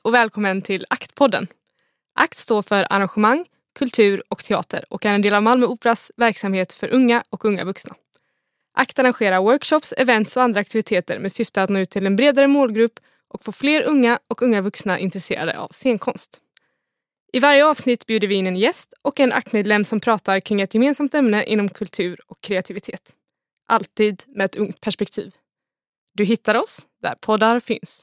och välkommen till ACT-podden. ACT står för arrangemang, kultur och teater och är en del av Malmö Operas verksamhet för unga och unga vuxna. ACT arrangerar workshops, events och andra aktiviteter med syfte att nå ut till en bredare målgrupp och få fler unga och unga vuxna intresserade av scenkonst. I varje avsnitt bjuder vi in en gäst och en ACT-medlem som pratar kring ett gemensamt ämne inom kultur och kreativitet. Alltid med ett ungt perspektiv. Du hittar oss där poddar finns.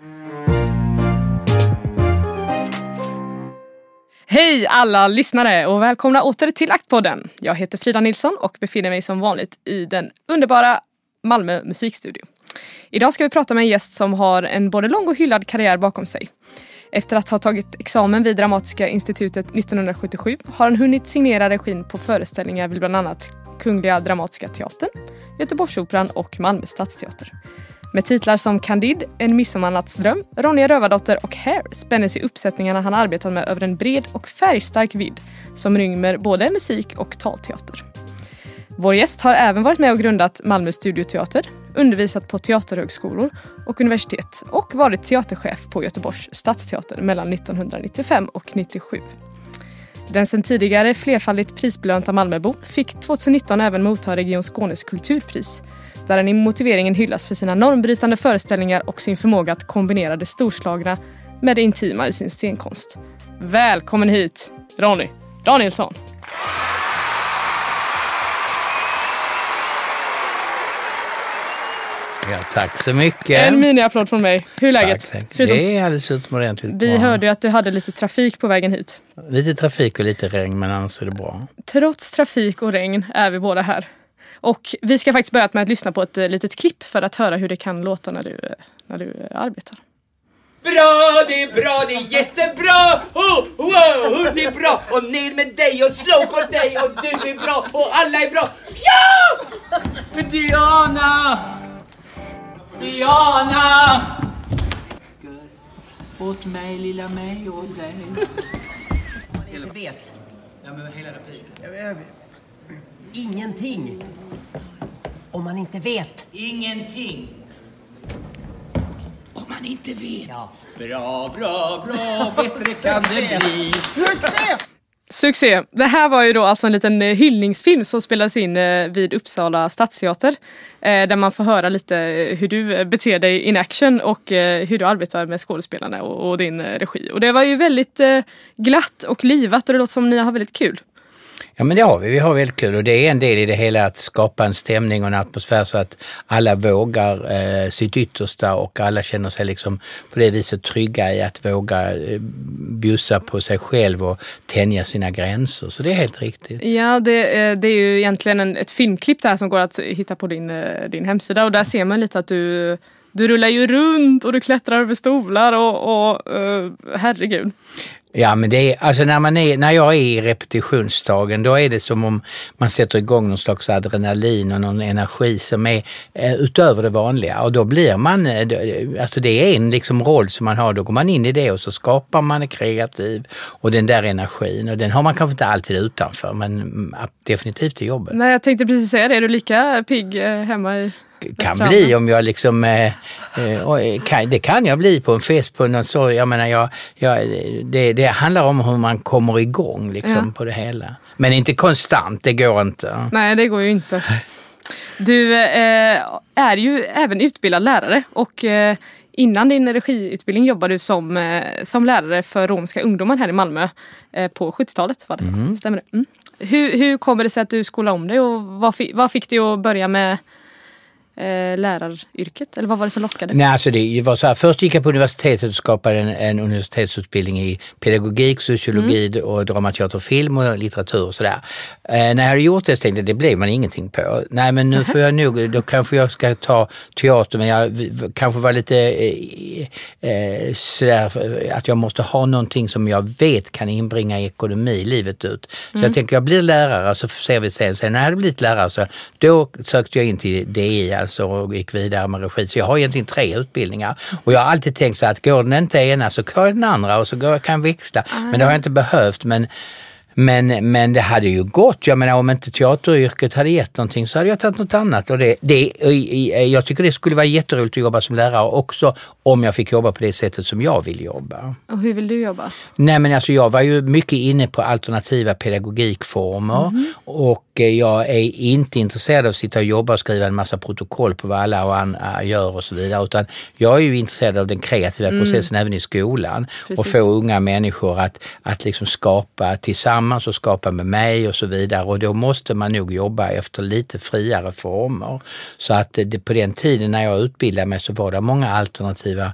Hej alla lyssnare och välkomna åter till ACT-podden. Jag heter Frida Nilsson och befinner mig som vanligt i den underbara Malmö musikstudio. Idag ska vi prata med en gäst som har en både lång och hyllad karriär bakom sig. Efter att ha tagit examen vid Dramatiska institutet 1977 har han hunnit signera regin på föreställningar vid bland annat Kungliga Dramatiska teatern, Göteborgsoperan och Malmö stadsteater. Med titlar som Candide, En midsommarnattsdröm, Ronja Rövardotter och Hair spänner sig uppsättningarna han arbetat med över en bred och färgstark vidd som rymmer både musik och talteater. Vår gäst har även varit med och grundat Malmö studioteater, undervisat på teaterhögskolor och universitet och varit teaterchef på Göteborgs stadsteater mellan 1995 och 1997. Den sedan tidigare flerfaldigt prisbelönta Malmöbo fick 2019 även motta Region Skånes kulturpris, där han i motiveringen hyllas för sina normbrytande föreställningar och sin förmåga att kombinera det storslagna med det intima i sin scenkonst. Välkommen hit, Ronny Danielsson! Ja, tack så mycket. En mini-applåd från mig. Hur är läget? Tack. Det är alldeles utomordentligt bra. Vi hörde ju att du hade lite trafik på vägen hit. Lite trafik och lite regn, men annars är det bra. Trots trafik och regn är vi båda här. Och vi ska faktiskt börja med att lyssna på ett litet klipp för att höra hur det kan låta när du arbetar. Bra, det är bra, det är jättebra! Wow, det är bra! Och ner med dig och slå på dig och du är bra och alla är bra! Ja! Diana! Diana! Åt mig, lilla mig och dig. Eller vet. Ja, men hela repliken. Jag vet. Ingenting. Om man inte vet. Ingenting. Om man inte vet. Ja. Bra, bra, bra. Bättre kan det bli. Succé! Succé! Det här var ju då alltså en liten hyllningsfilm som spelades in vid Uppsala stadsteater. Där man får höra lite hur du beter dig in action och hur du arbetar med skådespelarna och din regi. Och det var ju väldigt glatt och livat och det låter som ni har väldigt kul. Ja, men det har vi. Vi har väldigt kul och det är en del i det hela att skapa en stämning och en atmosfär så att alla vågar sitt yttersta och alla känner sig liksom på det viset trygga i att våga bjussa på sig själv och tänja sina gränser. Så det är helt riktigt. Ja, det är ju egentligen ett filmklipp där som går att hitta på din hemsida och där ser man lite att du rullar ju runt och du klättrar över stolar och herregud. Ja, men det är, alltså när jag är i repetitionsdagen då är det som om man sätter igång någon slags adrenalin och någon energi som är utöver det vanliga och då blir man, alltså det är en liksom roll som man har, då går man in i det och så skapar man är kreativ och den där energin och den har man kanske inte alltid utanför men definitivt i jobbet. Nej, jag tänkte precis säga det, är du lika pigg hemma i kan bli om jag liksom det kan jag bli på en fest på något så jag menar det handlar om hur man kommer igång liksom på det hela. Men inte konstant, det går inte. Nej, det går ju inte. Du är ju även utbildad lärare och innan din regiutbildning jobbade du som lärare för romska ungdomar här i Malmö på 70-talet var det. Stämmer det? Mm. Hur kommer det sig att du skolade om dig och vad fick dig att börja med läraryrket? Eller vad var det som lockade? Nej, alltså det var så här. Först gick jag på universitetet och skapade en universitetsutbildning i pedagogik, sociologi och dramateater, film och litteratur och sådär. När jag hade gjort det tänkte jag, det blev man ingenting på. Nej, men nu får jag nog, då kanske jag ska ta teater, men jag kanske var lite sådär att jag måste ha någonting som jag vet kan inbringa ekonomi livet ut. Så jag tänker, jag blir lärare så ser vi sen när jag hade blivit lärare så då sökte jag in till DI alltså och gick vidare med regi. Så jag har egentligen 3 utbildningar. Och jag har alltid tänkt så att går den inte ena så kör den andra och så kan jag växla. Men det har jag inte behövt. Men Men det hade ju gått. Jag menar, om inte teateryrket hade gett någonting så hade jag tagit något annat. Och jag tycker det skulle vara jätteroligt att jobba som lärare också, om jag fick jobba på det sättet som jag vill jobba. Och hur vill du jobba? Nej, men alltså jag var ju mycket inne på alternativa pedagogikformer och jag är inte intresserad av att sitta och jobba och skriva en massa protokoll på vad alla och andra gör och så vidare, utan jag är ju intresserad av den kreativa processen även i skolan. Precis. Och få unga människor att liksom skapa tillsammans och skapa med mig och så vidare, och då måste man nog jobba efter lite friare former. Så att på den tiden när jag utbildade mig så var det många alternativa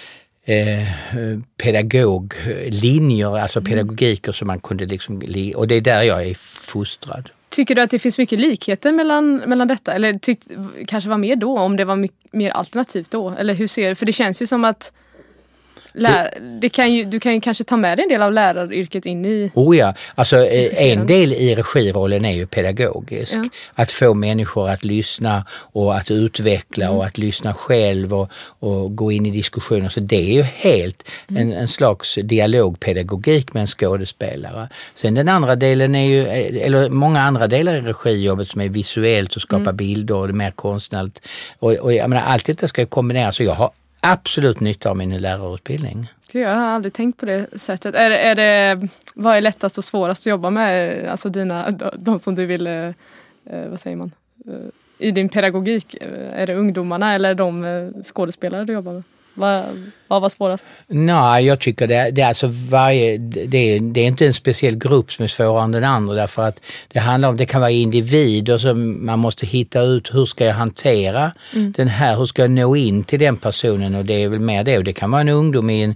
pedagoglinjer, alltså pedagogiker som man kunde liksom, och det är där jag är fostrad. Tycker du att det finns mycket likheter mellan detta? Eller kanske var mer då, om det var mer alternativt då? Eller hur ser du? För det känns ju som att du kan ju kanske ta med dig en del av läraryrket in i... Ja, alltså en del i regirollen är ju pedagogisk. Ja. Att få människor att lyssna och att utveckla och att lyssna själv och gå in i diskussioner. Så det är ju helt en slags dialogpedagogik med en skådespelare. Sen den andra delen är ju, eller många andra delar i regijobbet som är visuellt och skapa bilder och det är mer konstnärligt. Och jag menar, allt detta ska ju kombineras, så jag har absolut nytta av min lärarutbildning. Jag har aldrig tänkt på det sättet. Vad är lättast och svårast att jobba med? Alltså de som du vill, vad säger man? I din pedagogik, är det ungdomarna eller de skådespelare du jobbar med? Vad var svårast? Nej, jag tycker det är alltså det är inte en speciell grupp som är svårare än den andra, därför att det handlar om, det kan vara individer som man måste hitta ut, hur ska jag hantera den här, hur ska jag nå in till den personen, och det är väl mer det, och det kan vara en ungdom i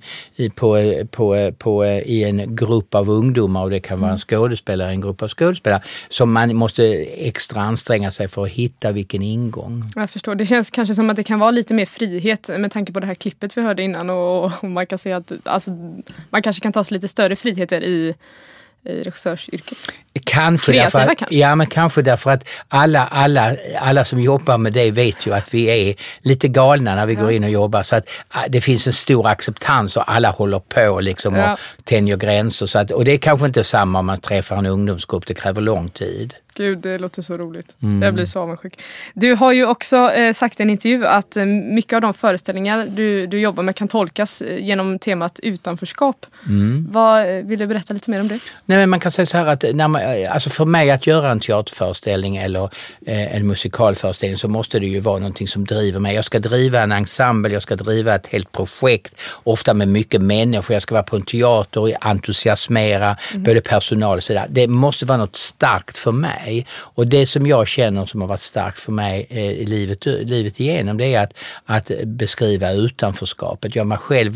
en grupp av ungdomar, och det kan vara en skådespelare i en grupp av skådespelare, som man måste extra anstränga sig för att hitta vilken ingång. Jag förstår, det känns kanske som att det kan vara lite mer frihet med tanke på det här klippet vi hörde innan, och man kan se att alltså, man kanske kan ta sig lite större friheter i regissörsyrket. Kanske därför att alla som jobbar med det vet ju att vi är lite galna när vi går in och jobbar, så att det finns en stor acceptans och alla håller på liksom och tänjer gränser, så att, och det är kanske inte samma om man träffar en ungdomsgrupp, det kräver lång tid. Gud, det låter så roligt. Jag blir så avundsjuk. Du har ju också sagt i en intervju att mycket av de föreställningar du jobbar med kan tolkas genom temat utanförskap. Vill du berätta lite mer om det? Nej, men man kan säga så här att alltså för mig att göra en teaterföreställning eller en musikalföreställning, så måste det ju vara någonting som driver mig. Jag ska driva en ensemble, jag ska driva ett helt projekt, ofta med mycket människor. Jag ska vara på en teater och entusiasmera både personal och sådär. Det måste vara något starkt för mig. Och det som jag känner som har varit starkt för mig i livet igenom, det är att beskriva utanförskapet. Jag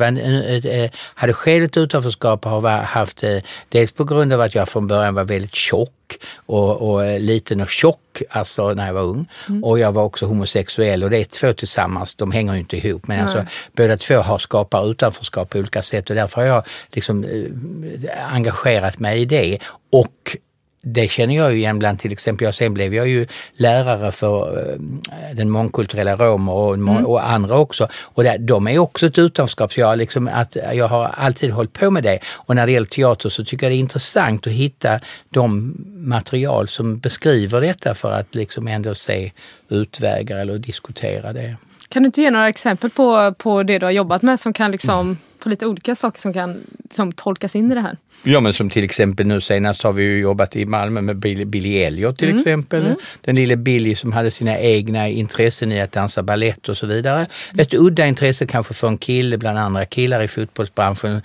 hade själv ett utanförskap och har haft dels på grund av att jag från början var väldigt tjock och liten och tjock, alltså när jag var ung. Och jag var också homosexuell, och det är två tillsammans, de hänger ju inte ihop, men alltså båda två skapar utanförskap på olika sätt, och därför har jag liksom engagerat mig i det. Och det känner jag ju igen bland, till exempel, sen blev jag ju lärare för den mångkulturella romer och andra också. Och de är också ett utanförskap, så jag har alltid hållit på med det. Och när det gäller teater så tycker jag det är intressant att hitta de material som beskriver detta, för att liksom ändå se utvägar eller diskutera det. Kan du inte ge några exempel på det du har jobbat med som kan liksom, på lite olika saker som tolkas in i det här? Ja, men som till exempel nu senast har vi ju jobbat i Malmö med Billy Elliot till exempel. Den lille Billy som hade sina egna intressen i att dansa ballett och så vidare. Ett udda intresse kanske för en kille bland andra killar i fotbollsbranschen.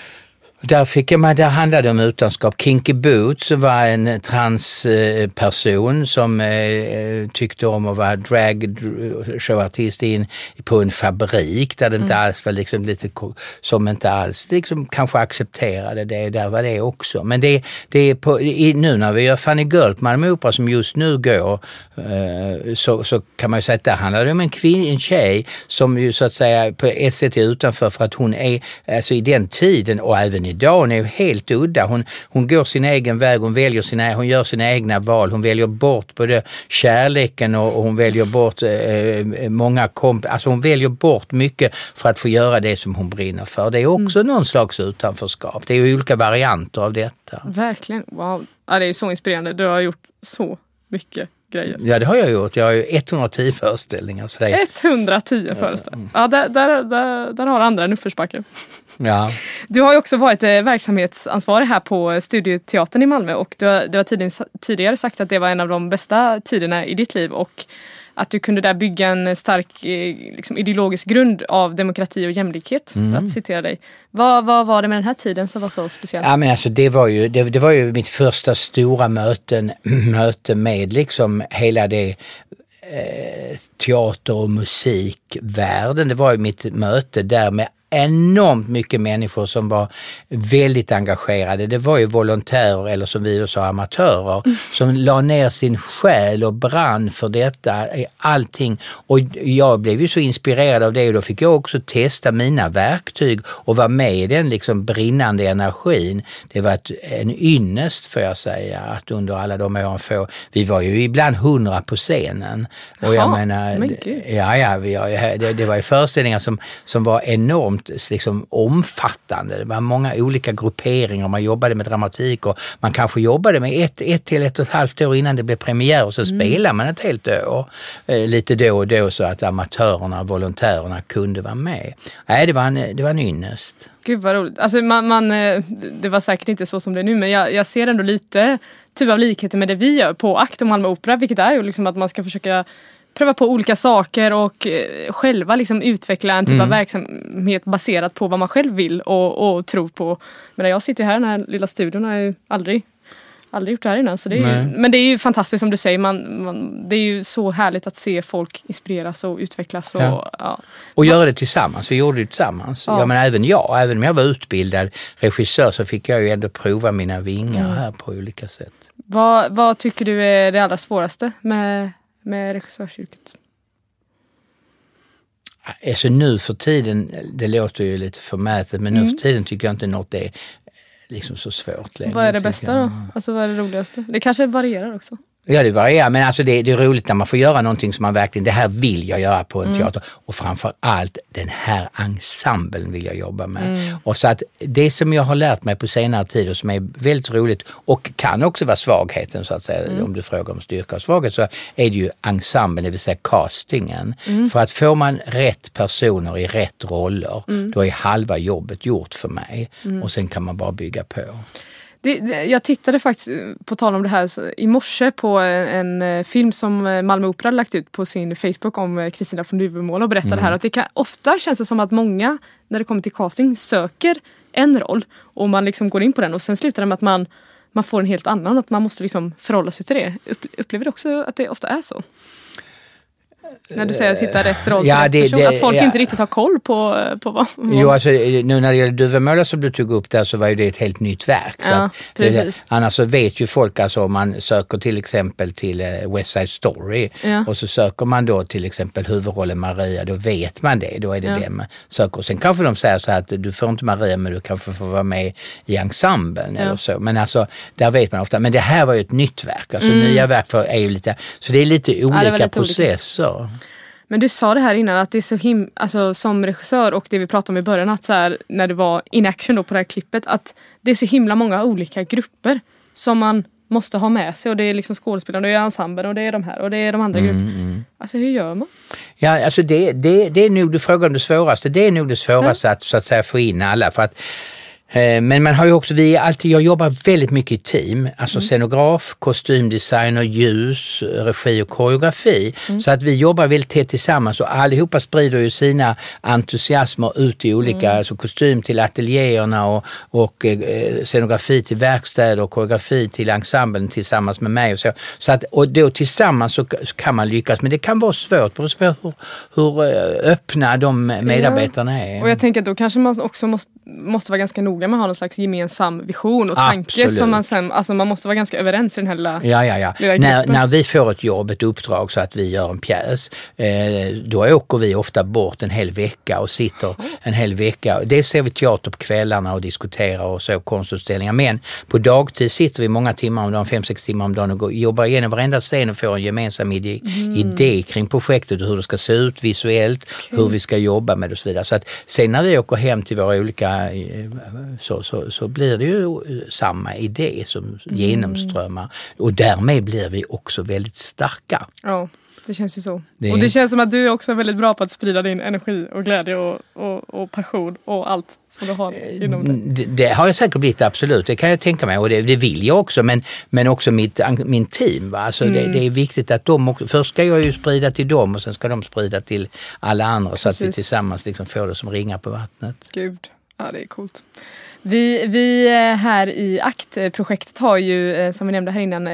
Där handlade det om utanskap. Kinky Boots var en transperson som tyckte om att vara dragshowartist på en fabrik där det inte alls var liksom lite, som inte alls liksom kanske accepterade det. Där var det också. Men det är nu när vi gör Funny Girl på Malmö Opera som just nu går, så kan man ju säga att där handlar det om en tjej som ju så att säga på ett sätt är utanför, för att hon är alltså i den tiden och även idag. Hon är helt udda. Hon går sin egen väg, hon gör sina egna val. Hon väljer bort både kärleken och hon väljer bort många alltså hon väljer bort mycket för att få göra det som hon brinner för. Det är också någon slags utanförskap. Det är ju olika varianter av detta. Verkligen, wow. Ja, det är så inspirerande. Du har gjort så mycket grejer. Ja, det har jag gjort. Jag har ju 110 föreställningar. Så det är... 110 föreställningar. Ja, där har andra en uppförsbacke. Ja. Du har ju också varit verksamhetsansvarig här på Studioteatern i Malmö och du har tidigare sagt att det var en av de bästa tiderna i ditt liv och att du kunde där bygga en stark liksom, ideologisk grund av demokrati och jämlikhet, för att citera dig. Vad var det med den här tiden som var så speciellt? Ja, men alltså, det var ju mitt första stora möte med liksom hela det teater- och musikvärlden. Det var ju mitt möte där med enormt mycket människor som var väldigt engagerade. Det var ju volontärer eller som vi då sa amatörer som la ner sin själ och brann för detta, allting. Och jag blev ju så inspirerad av det och då fick jag också testa mina verktyg och vara med i den liksom brinnande energin. Det var en ynnest får jag säga att under alla de åren vi var ju ibland 100 på scenen. Och jag menar, det var ju föreställningar som var enormt liksom omfattande. Det var många olika grupperingar. Man jobbade med dramatik och man kanske jobbade med ett till 1,5 år innan det blev premiär och så spelar man ett helt år lite då och då så att amatörerna, volontärerna kunde vara med. Nej, det var en ynnest. Gud vad roligt. Alltså det var säkert inte så som det är nu, men jag ser ändå lite typ av likheter med det vi gör på Akt och Malmö Opera, vilket är ju liksom att man ska försöka pröva på olika saker och själva liksom utveckla en typ av verksamhet baserat på vad man själv vill och tror på. Men jag sitter här i den här lilla studion och har ju aldrig gjort det här innan. Så det är men det är ju fantastiskt som du säger. Det är ju så härligt att se folk inspireras och utvecklas. Och göra det tillsammans. Vi gjorde det tillsammans. Ja. Men även om jag var utbildad regissör så fick jag ju ändå prova mina vingar här på olika sätt. Vad tycker du är det allra svåraste med regissörsyrket? Alltså nu för tiden, det låter ju lite förmätet, men nu för tiden tycker jag inte något är liksom så svårt längre. Vad är det bästa då? Alltså vad är det roligaste? Det kanske varierar också. Ja, det varierar, men alltså det är roligt när man får göra någonting som man verkligen, det här vill jag göra på en teater och framför allt den här ensemblen vill jag jobba med. Och så att det som jag har lärt mig på senare tid och som är väldigt roligt och kan också vara svagheten så att säga, om du frågar om styrka och svaghet, så är det ju ensemblen, det vill säga castingen. För att får man rätt personer i rätt roller, då är halva jobbet gjort för mig och sen kan man bara bygga på. Jag tittade faktiskt, på tal om det här, i morse på en film som Malmö Opera lagt ut på sin Facebook om Kristina von Duvemåla och berättade här att ofta känns det som att många, när det kommer till casting, söker en roll och man liksom går in på den och sen slutar det med att man får en helt annan, att man måste liksom förhålla sig till det. Upplever du också att det ofta är så? När du säger att hitta rätt roll till rätt person, att folk inte riktigt har koll på vad... Jo, alltså nu när det gäller Duvemåla som du tog upp där så var ju det ett helt nytt verk. Så att annars så vet ju folk, alltså om man söker till exempel till West Side Story och så söker man då till exempel huvudrollen Maria, då vet man det, då är det det man söker. Och sen kanske de säger så här att du får inte Maria men du kanske får vara med i ensemblen eller så. Men alltså, där vet man ofta. Men det här var ju ett nytt verk, alltså nya verk är ju lite, så det är lite olika processer. Men du sa det här innan att det är så alltså som regissör och det vi pratade om i början att så här, när det var in action då på det här klippet, att det är så himla många olika grupper som man måste ha med sig och det är liksom skådespelare, det är ensemble och det är de här och det är de andra grupperna. Alltså hur gör man? Ja, alltså det är nog, du frågar om det svåraste, det är nog det svåraste att så att säga få in alla, för att men man har ju också, jag jobbar väldigt mycket i team, alltså scenograf, kostymdesigner, ljus, regi och koreografi, så att vi jobbar väldigt tätt tillsammans och allihopa sprider ju sina entusiasmer ut i olika, alltså kostym till ateljéerna och scenografi till verkstäder och koreografi till ensemblen tillsammans med mig och så. Så att, och då tillsammans så kan man lyckas, men det kan vara svårt på hur öppna de medarbetarna är. Och jag tänker att då kanske man också måste vara ganska noga noga med att ha någon slags gemensam vision och tanke. Absolut. Som man sen, alltså man måste vara ganska överens i den här lilla Ja. När vi får ett jobb, ett uppdrag så att vi gör en pjäs, då åker vi ofta bort en hel vecka och sitter en hel vecka. Det ser vi teater på kvällarna och diskuterar och så konstutställningar. Men på dagtid sitter vi många timmar om dagen, 5-6 timmar om dagen och jobbar igenom varenda scen och får en gemensam idé kring projektet och hur det ska se ut visuellt, hur vi ska jobba med det och så vidare. Så att sen när vi åker hem till våra olika så blir det ju samma idé som genomströmmar och därmed blir vi också väldigt starka. Ja, det känns ju så. Och det känns som att du också är väldigt bra på att sprida din energi och glädje och passion och allt som du har inom det. Det har jag säkert blivit, absolut. Det kan jag tänka mig och det vill jag också. Men också min team. Va? Alltså det är viktigt att de också, först ska jag ju sprida till dem och sen ska de sprida till alla andra så att vi tillsammans liksom får det som ringar på vattnet. Gud, ja det är coolt. Vi här i ACT-projektet har ju, som vi nämnde här innan,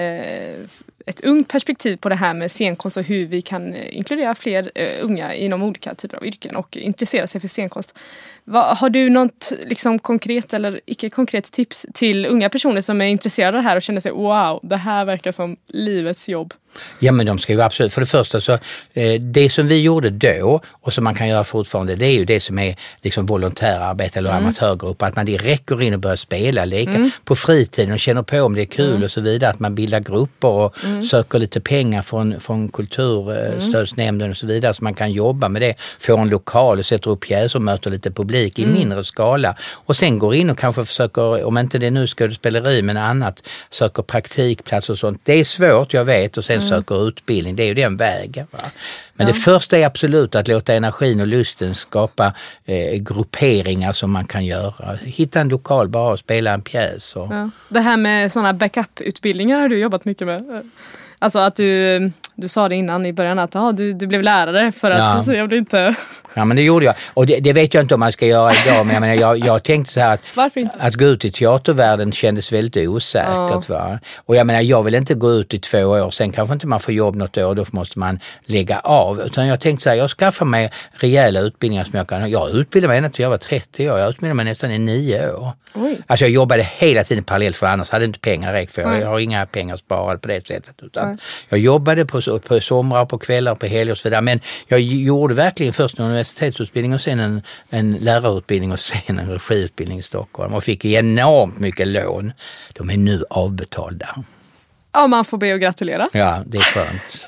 ett ungt perspektiv på det här med scenkonst och hur vi kan inkludera fler unga inom olika typer av yrken och intressera sig för scenkonst. Har du något liksom konkret eller icke-konkret tips till unga personer som är intresserade av det här och känner sig wow, det här verkar som livets jobb? Ja, men de ska ju absolut, för det första så det som vi gjorde då och som man kan göra fortfarande, det är ju det som är liksom volontärarbete eller amatörgrupp, att man direkt går in och börjar spela, leka på fritiden och känner på om det är kul och så vidare, att man bildar grupper och söker lite pengar från kulturstödsnämnden och så vidare så man kan jobba med det, få en lokal och sätter upp pjäser och möter lite publik i mindre skala och sen går in och kanske försöker, om inte det är nu skådespeleri men annat, söker praktikplats och sånt. Det är svårt, jag vet, och sen söker utbildning, det är ju den vägen. Va? Men det första är absolut att låta energin och lusten skapa grupperingar som man kan göra. Hitta en lokal bara och spela en pjäs. Och... Ja. Det här med sådana backup-utbildningar har du jobbat mycket med. Alltså att du sa det innan i början att du blev lärare för att se om det inte... Ja, men det gjorde jag. Och det vet jag inte om man ska göra idag, men jag tänkte så här att gå ut i teatervärlden kändes väldigt osäkert. Va? Och jag menar, jag vill inte gå ut i 2 år, sen kanske inte man får jobb något år, då måste man lägga av. Utan jag tänkte så här, jag skaffar mig rejäla utbildningar som jag kan. Jag utbildade mig ända till jag var 30 år, jag utbildade mig nästan i 9 år. Oj. Alltså jag jobbade hela tiden parallellt för annars hade inte pengar räckt för jag har inga pengar sparade på det sättet. Utan jag jobbade på somrar, på kvällar, på helger och så vidare. Men jag gjorde verkligen först en universitetsutbildning och sen en lärarutbildning och sen en regiutbildning i Stockholm och fick enormt mycket lån. De är nu avbetalda. Ja, man får be och gratulera. Ja, det är skönt.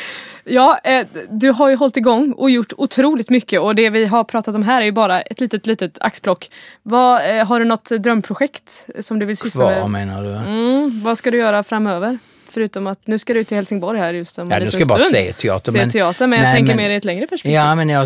Ja, du har ju hållit igång och gjort otroligt mycket och det vi har pratat om här är ju bara ett litet axplock. Har du något drömprojekt som du vill syssla med? Vad menar du? Vad ska du göra framöver? Förutom att nu ska du till Helsingborg här just om en nu ska jag bara se teater. Men jag tänker mer i ett längre perspektiv. Ja, men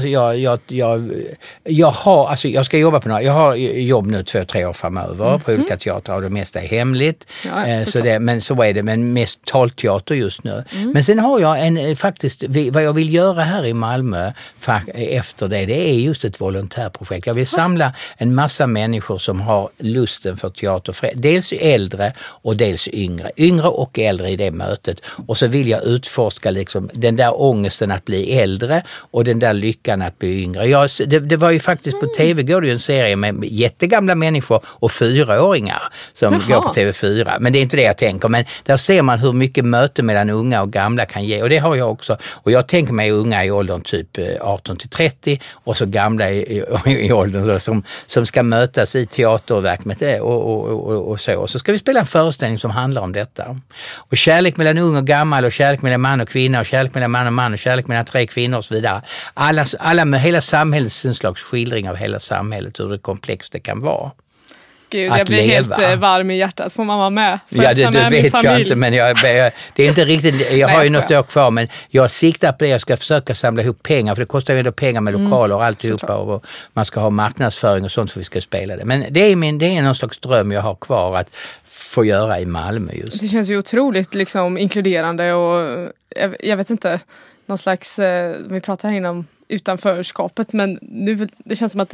jag ska jobba på några. Jag har jobb nu 2-3 år framöver på olika teatrar och det mesta är hemligt. Ja, men så är det, men mest talteater just nu. Men sen har jag faktiskt, vad jag vill göra här i Malmö efter det är just ett volontärprojekt. Jag vill samla en massa människor som har lusten för teater. Dels äldre och dels yngre. Yngre och äldre i det mötet. Och så vill jag utforska liksom den där ångesten att bli äldre och den där lyckan att bli yngre. Det var ju faktiskt på tv går det ju en serie med jättegamla människor och 4-åringar som går på TV4. Men det är inte det jag tänker. Men där ser man hur mycket möte mellan unga och gamla kan ge. Och det har jag också. Och jag tänker mig unga i åldern typ 18-30 och så gamla i åldern som ska mötas i teaterverksamhet och så. Och så ska vi spela en föreställning som handlar om detta. Och kärlek mellan ung och gammal och kärlek mellan man och kvinna och kärlek mellan man och man och kärlek mellan 3 kvinnor och så vidare. Alla med hela samhällets, en slags skildring av hela samhället, hur det komplext det kan vara. Gud, jag blir helt varm i hjärtat. Får man vara med? Ja, det vet jag inte, men det är inte riktigt, jag har ju något år kvar, men jag siktar på det. Jag ska försöka samla ihop pengar, för det kostar ju ändå pengar med lokaler och alltihopa, och man ska ha marknadsföring och sånt för vi ska spela det. Men det är någon slags dröm jag har kvar att få göra i Malmö just. Det känns ju otroligt liksom inkluderande och jag vet inte, någon slags, vi pratar här inom utanförskapet, men nu det känns som att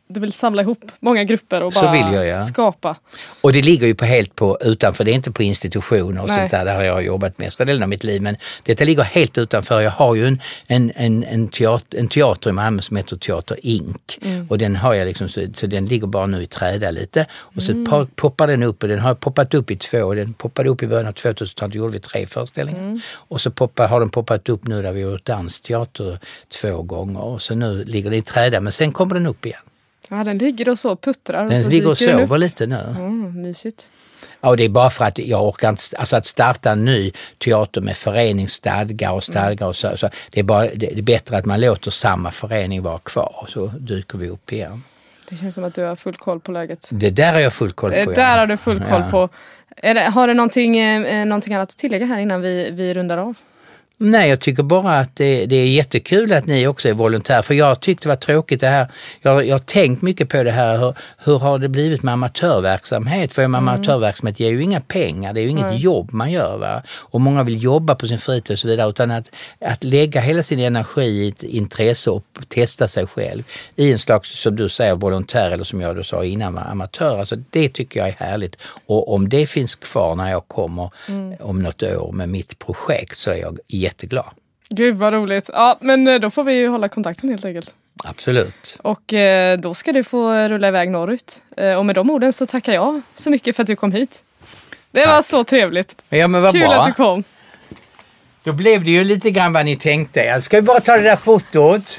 du vill samla ihop många grupper och Så bara vill jag, ja. skapa. Och det ligger ju på helt på utanför, det är inte på institutioner och Nej. sånt där har jag jobbat mesta delen av mitt liv, men detta ligger helt utanför. Jag har ju en teater i Malmö som heter Teater Ink och den har jag liksom, så den ligger bara nu i träda lite och så poppar den upp och den har poppat upp i 2, den poppade upp i början av 2000-talet, gjorde vi 3 föreställningar och så har den poppat upp nu där vi har gjort dansteater 2 gånger och så nu ligger den i träda men sen kommer den upp igen. Ja, den ligger och så puttrar. Den så ligger och dyker den sover upp. lite nu. Mysigt. Ja, och det är bara för att jag orkar inte, alltså att starta en ny teater med föreningsstadgar och stadgar och så det är bättre att man låter samma förening vara kvar så dyker vi upp igen. Det känns som att du har full koll på läget. Det där har jag full koll på. Det där har du full koll på. Har du någonting annat att tillägga här innan vi rundar av? Nej, jag tycker bara att det är jättekul att ni också är volontär. För jag tyckte det var tråkigt det här. Jag har tänkt mycket på det här. Hur har det blivit med amatörverksamhet? För amatörverksamhet ger ju inga pengar. Det är ju inget jobb man gör. Va? Och många vill jobba på sin fritid och så vidare. Utan att lägga hela sin energi i ett intresse och testa sig själv. I en slags, som du säger, volontär eller som jag då sa innan, amatör. Alltså det tycker jag är härligt. Och om det finns kvar när jag kommer om något år med mitt projekt så är jag jätteglad. Gud vad roligt. Ja, men då får vi ju hålla kontakten helt enkelt. Absolut. Och då ska du få rulla iväg norrut. Och med de orden så tackar jag så mycket för att du kom hit. Det var så trevligt. Ja, men vad Kul bra. att du kom. Då blev det ju lite grann vad ni tänkte. Ska vi bara ta det där fotot?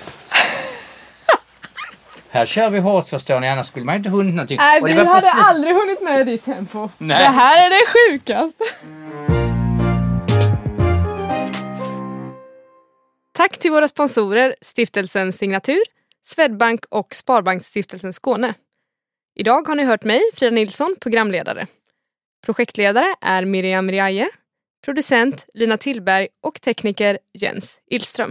Här kör vi hårt förstår ni, annars skulle man inte hunnit någonting. Nej, Och det vi var hade precis- aldrig hunnit med ditt tempo. Nej. Det här är det sjukaste. Tack till våra sponsorer Stiftelsen Signatur, Swedbank och Sparbanksstiftelsen Skåne. Idag har ni hört mig, Frida Nilsson, programledare. Projektledare är Miriam Riaje, producent Lina Tillberg och tekniker Jens Illström.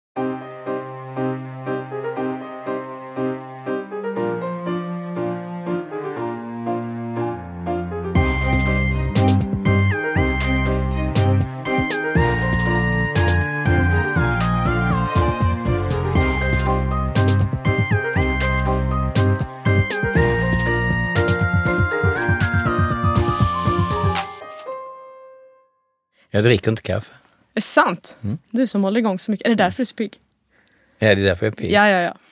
Jag dricker inte kaffe. Är det sant? Du som håller igång så mycket. Är det därför du är så pigg? Ja, det är därför jag är pigg. Ja.